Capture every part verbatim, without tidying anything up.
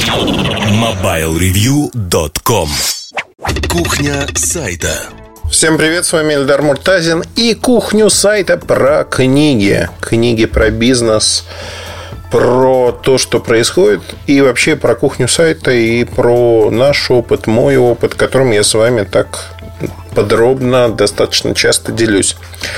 мобайл ревью точка ком. Кухня сайта. Всем привет, с вами Эльдар Муртазин. И кухню сайта про книги. Книги про бизнес, про то, что происходит. И вообще про кухню сайта и про наш опыт, мой опыт, которым я с вами так подробно, достаточно часто делюсь.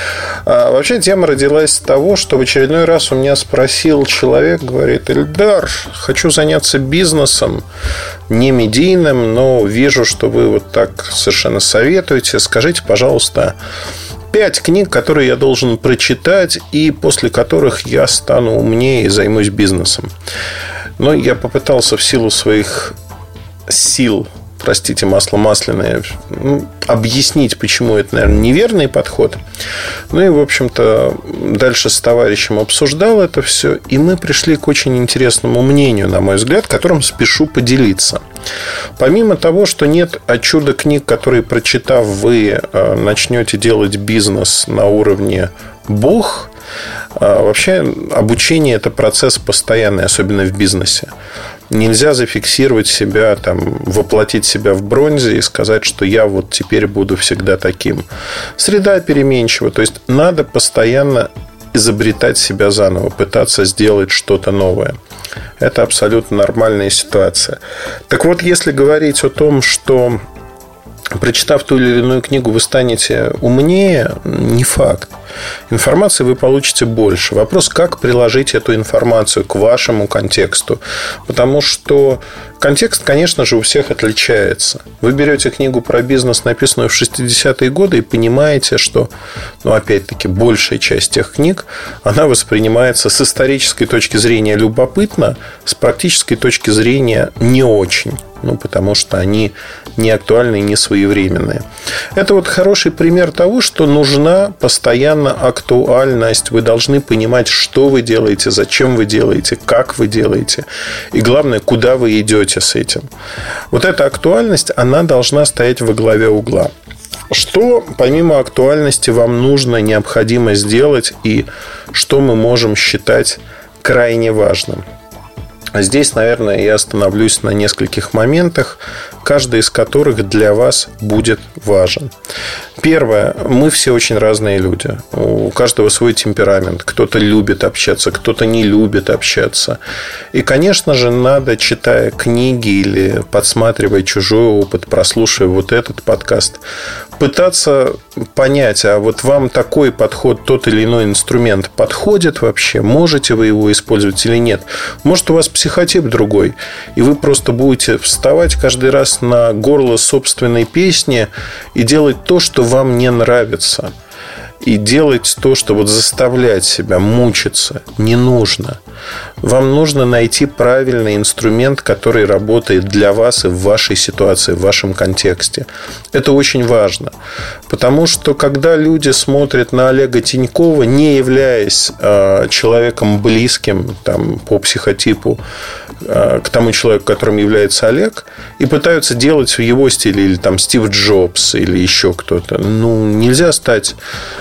А вообще тема родилась с того, что в очередной раз у меня спросил человек, говорит: Эльдар, хочу заняться бизнесом, не медийным, но вижу, что вы вот так совершенно советуете. Скажите, пожалуйста, пять книг, которые я должен прочитать и после которых я стану умнее и займусь бизнесом. Но я попытался в силу своих сил, простите, масло масляное, ну, объяснить, почему это, наверное, неверный подход. Ну и, в общем-то, дальше с товарищем обсуждал это все, и мы пришли к очень интересному мнению, на мой взгляд, которым спешу поделиться. Помимо того, что нет чудо книг, которые, прочитав, вы начнете делать бизнес на уровне «Бог», вообще обучение – это процесс постоянный, особенно в бизнесе. Нельзя зафиксировать себя, там, воплотить себя в бронзе и сказать, что я вот теперь буду всегда таким. Среда переменчива. То есть надо постоянно изобретать себя заново, пытаться сделать что-то новое. Это абсолютно нормальная ситуация. Так вот, если говорить о том, что прочитав ту или иную книгу, вы станете умнее, не факт. Информации вы получите больше. Вопрос, как приложить эту информацию к вашему контексту. Потому что контекст, конечно же, у всех отличается. Вы берете книгу про бизнес, написанную в шестидесятые годы, и понимаете, что, ну, опять-таки, большая часть тех книг, она воспринимается с исторической точки зрения любопытно, с практической точки зрения не очень. Ну, потому что они не актуальны и не своевременные. Это вот хороший пример того, что нужна постоянно актуальность. Вы должны понимать, что вы делаете, зачем вы делаете, как вы делаете. И главное, куда вы идете с этим. Вот эта актуальность, она должна стоять во главе угла. Что, помимо актуальности, вам нужно, необходимо сделать, и что мы можем считать крайне важным? Здесь, наверное, я остановлюсь на нескольких моментах, каждый из которых для вас будет важен. Первое. Мы все очень разные люди. У каждого свой темперамент. Кто-то любит общаться, кто-то не любит общаться. И, конечно же, надо, читая книги или подсматривая чужой опыт, прослушивая вот этот подкаст, пытаться понять, а вот вам такой подход, тот или иной инструмент подходит вообще? Можете вы его использовать или нет? Может, у вас психотип другой, и вы просто будете вставать каждый раз на горло собственной песни и делать то, что вам не нравится. И делать то, что вот заставлять себя мучиться, не нужно. Вам нужно найти правильный инструмент, который работает для вас и в вашей ситуации, в вашем контексте. Это очень важно. Потому что когда люди смотрят на Олега Тинькова, не являясь э, человеком близким там, по психотипу э, к тому человеку, которым является Олег, и пытаются делать в его стиле, или там Стив Джобс, или еще кто-то, ну, нельзя стать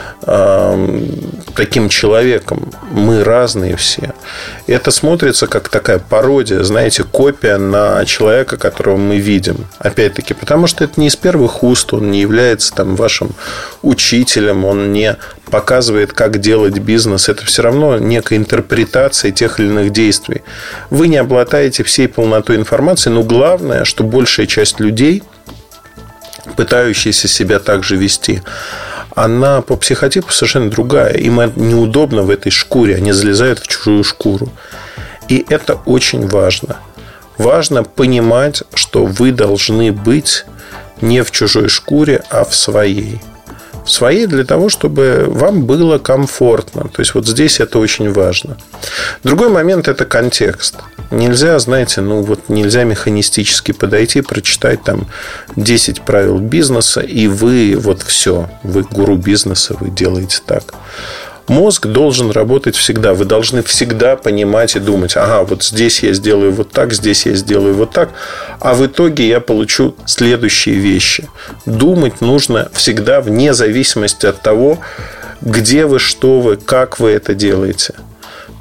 таким человеком. Мы разные все. И это смотрится как такая пародия, знаете, копия на человека, которого мы видим. Опять-таки, потому что это не из первых уст, он не является там вашим учителем, он не показывает, как делать бизнес. Это все равно некая интерпретация тех или иных действий. Вы не обладаете всей полнотой информации, но главное, что большая часть людей, пытающиеся себя так же вести, она по психотипу совершенно другая. Им неудобно в этой шкуре. Они залезают в чужую шкуру. И это очень важно. Важно понимать, что вы должны быть не в чужой шкуре, а в своей. В своей для того, чтобы вам было комфортно. То есть вот здесь это очень важно. Другой момент – это контекст. Нельзя, знаете, ну вот нельзя механистически подойти, прочитать там десять правил бизнеса, и вы вот все, вы гуру бизнеса, вы делаете так. Мозг должен работать всегда. Вы должны всегда понимать и думать: ага, вот здесь я сделаю вот так, здесь я сделаю вот так, а в итоге я получу следующие вещи. Думать нужно всегда вне зависимости от того, где вы, что вы, как вы это делаете.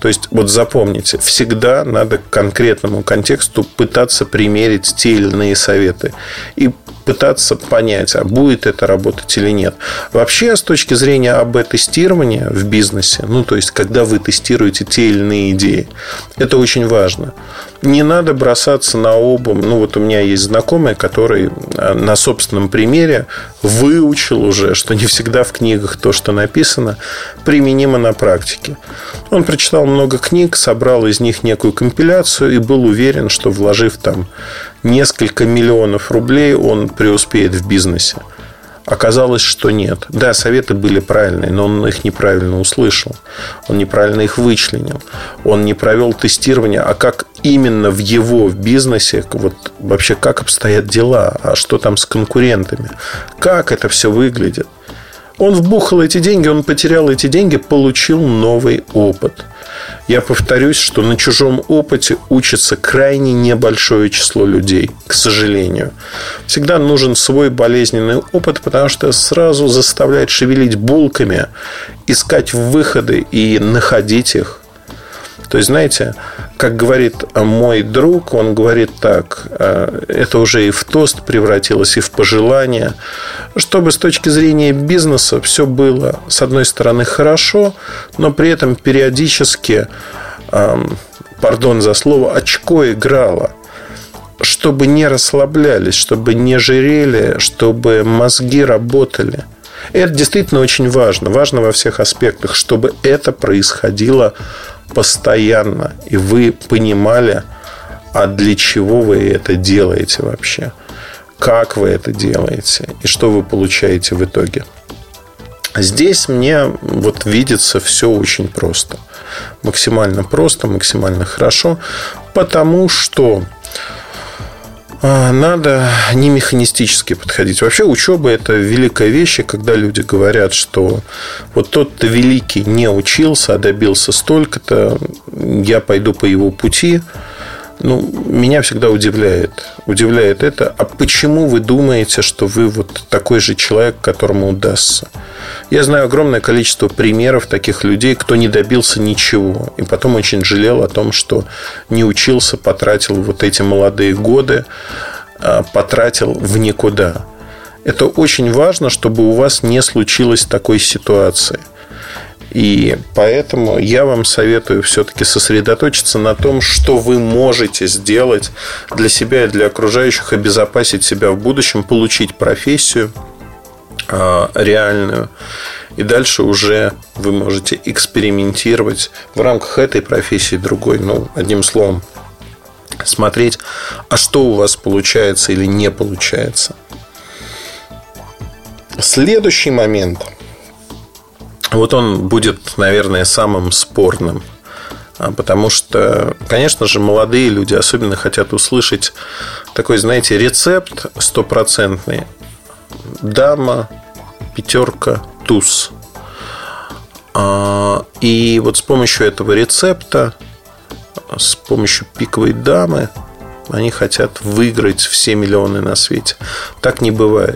То есть, вот запомните, всегда надо к конкретному контексту пытаться примерить те или иные советы и пытаться понять, а будет это работать или нет. Вообще, с точки зрения эй би-тестирования в бизнесе, ну, то есть, когда вы тестируете те или иные идеи, это очень важно. Не надо бросаться на обум. Ну, вот у меня есть знакомый, который на собственном примере выучил уже, что не всегда в книгах то, что написано, применимо на практике. Он прочитал много книг, собрал из них некую компиляцию и был уверен, что, вложив там несколько миллионов рублей, он преуспеет в бизнесе. Оказалось, что нет. Да, советы были правильные, но он их неправильно услышал. Он неправильно их вычленил. Он не провел тестирование, а как именно в его в бизнесе, вот вообще как обстоят дела, а что там с конкурентами, как это все выглядит. Он вбухал эти деньги, он потерял эти деньги, получил новый опыт. Я повторюсь, что на чужом опыте учится крайне небольшое число людей, к сожалению. Всегда нужен свой болезненный опыт, потому что сразу заставляет шевелить булками, искать выходы и находить их. То есть, знаете, как говорит мой друг, он говорит так, это уже и в тост превратилось, и в пожелание, чтобы с точки зрения бизнеса все было, с одной стороны, хорошо, но при этом периодически, пардон за слово, очко играло. Чтобы не расслаблялись, чтобы не жирели, чтобы мозги работали. Это действительно очень важно. Важно во всех аспектах, чтобы это происходило постоянно. И вы понимали, а для чего вы это делаете вообще. Как вы это делаете. И что вы получаете в итоге. Здесь мне вот видится все очень просто. Максимально просто, максимально хорошо. Потому что надо не механистически подходить. Вообще учеба – это великая вещь. И когда люди говорят, что вот тот-то великий не учился, а добился столько-то, я пойду по его пути. Ну, меня всегда удивляет. Удивляет это. А почему вы думаете, что вы вот такой же человек, которому удастся? Я знаю огромное количество примеров таких людей, кто не добился ничего. И потом очень жалел о том, что не учился, потратил вот эти молодые годы, потратил в никуда. Это очень важно, чтобы у вас не случилось такой ситуации. И поэтому я вам советую все-таки сосредоточиться на том, что вы можете сделать для себя и для окружающих, обезопасить себя в будущем, получить профессию э, реальную. И дальше уже вы можете экспериментировать в рамках этой профессии другой. Ну, одним словом, смотреть, а что у вас получается или не получается. Следующий момент. Вот он будет, наверное, самым спорным. Потому что, конечно же, молодые люди особенно хотят услышать такой, знаете, рецепт стопроцентный. Дама, пятерка, туз. И вот с помощью этого рецепта, с помощью пиковой дамы, они хотят выиграть все миллионы на свете. Так не бывает.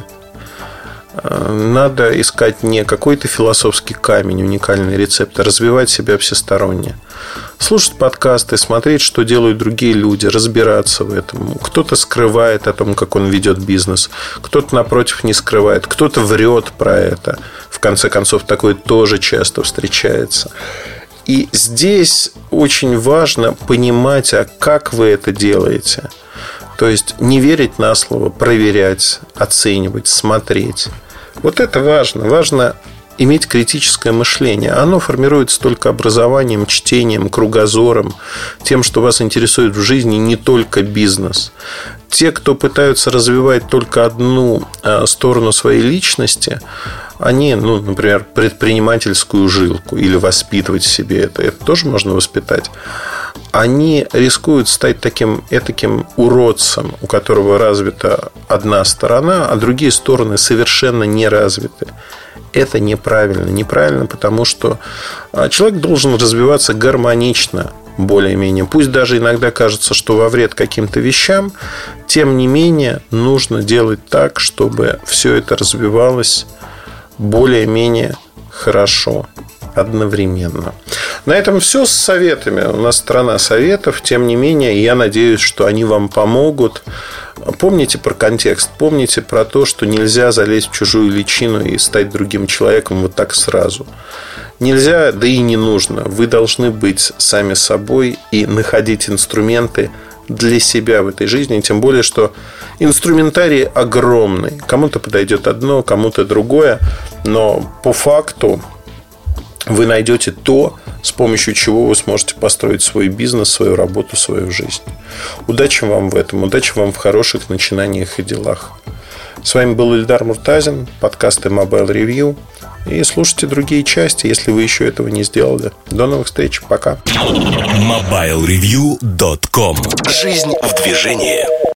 Надо искать не какой-то философский камень, уникальный рецепт, а развивать себя всесторонне. Слушать подкасты, смотреть, что делают другие люди, разбираться в этом. Кто-то скрывает о том, как он ведет бизнес, кто-то, напротив, не скрывает, кто-то врет про это. В конце концов, такое тоже часто встречается. И здесь очень важно понимать, а как вы это делаете. То есть не верить на слово, проверять, оценивать, смотреть. Вот это важно. Важно иметь критическое мышление. Оно формируется только образованием, чтением, кругозором, тем, что вас интересует в жизни, не только бизнес. Те, кто пытаются развивать только одну сторону своей личности, они, ну, например, предпринимательскую жилку или воспитывать в себе это, это тоже можно воспитать. Они рискуют стать таким этаким уродцем, у которого развита одна сторона, а другие стороны совершенно не развиты. Это неправильно. Неправильно, потому что человек должен развиваться гармонично, более-менее. Пусть даже иногда кажется, что во вред каким-то вещам, тем не менее нужно делать так, чтобы все это развивалось более-менее хорошо одновременно. На этом все с советами. У нас страна советов. Тем не менее, я надеюсь, что они вам помогут. Помните про контекст. Помните про то, что нельзя залезть в чужую личину и стать другим человеком вот так сразу. Нельзя, да и не нужно. Вы должны быть сами собой и находить инструменты для себя в этой жизни. Тем более, что инструментарий огромный. Кому-то подойдет одно, кому-то другое. Но по факту вы найдете то, с помощью чего вы сможете построить свой бизнес, свою работу, свою жизнь. Удачи вам в этом. Удачи вам в хороших начинаниях и делах. С вами был Ильдар Муртазин, подкасты Mobile Review. И слушайте другие части, если вы еще этого не сделали. До новых встреч. Пока. мобайл ревью точка ком. Жизнь в движении.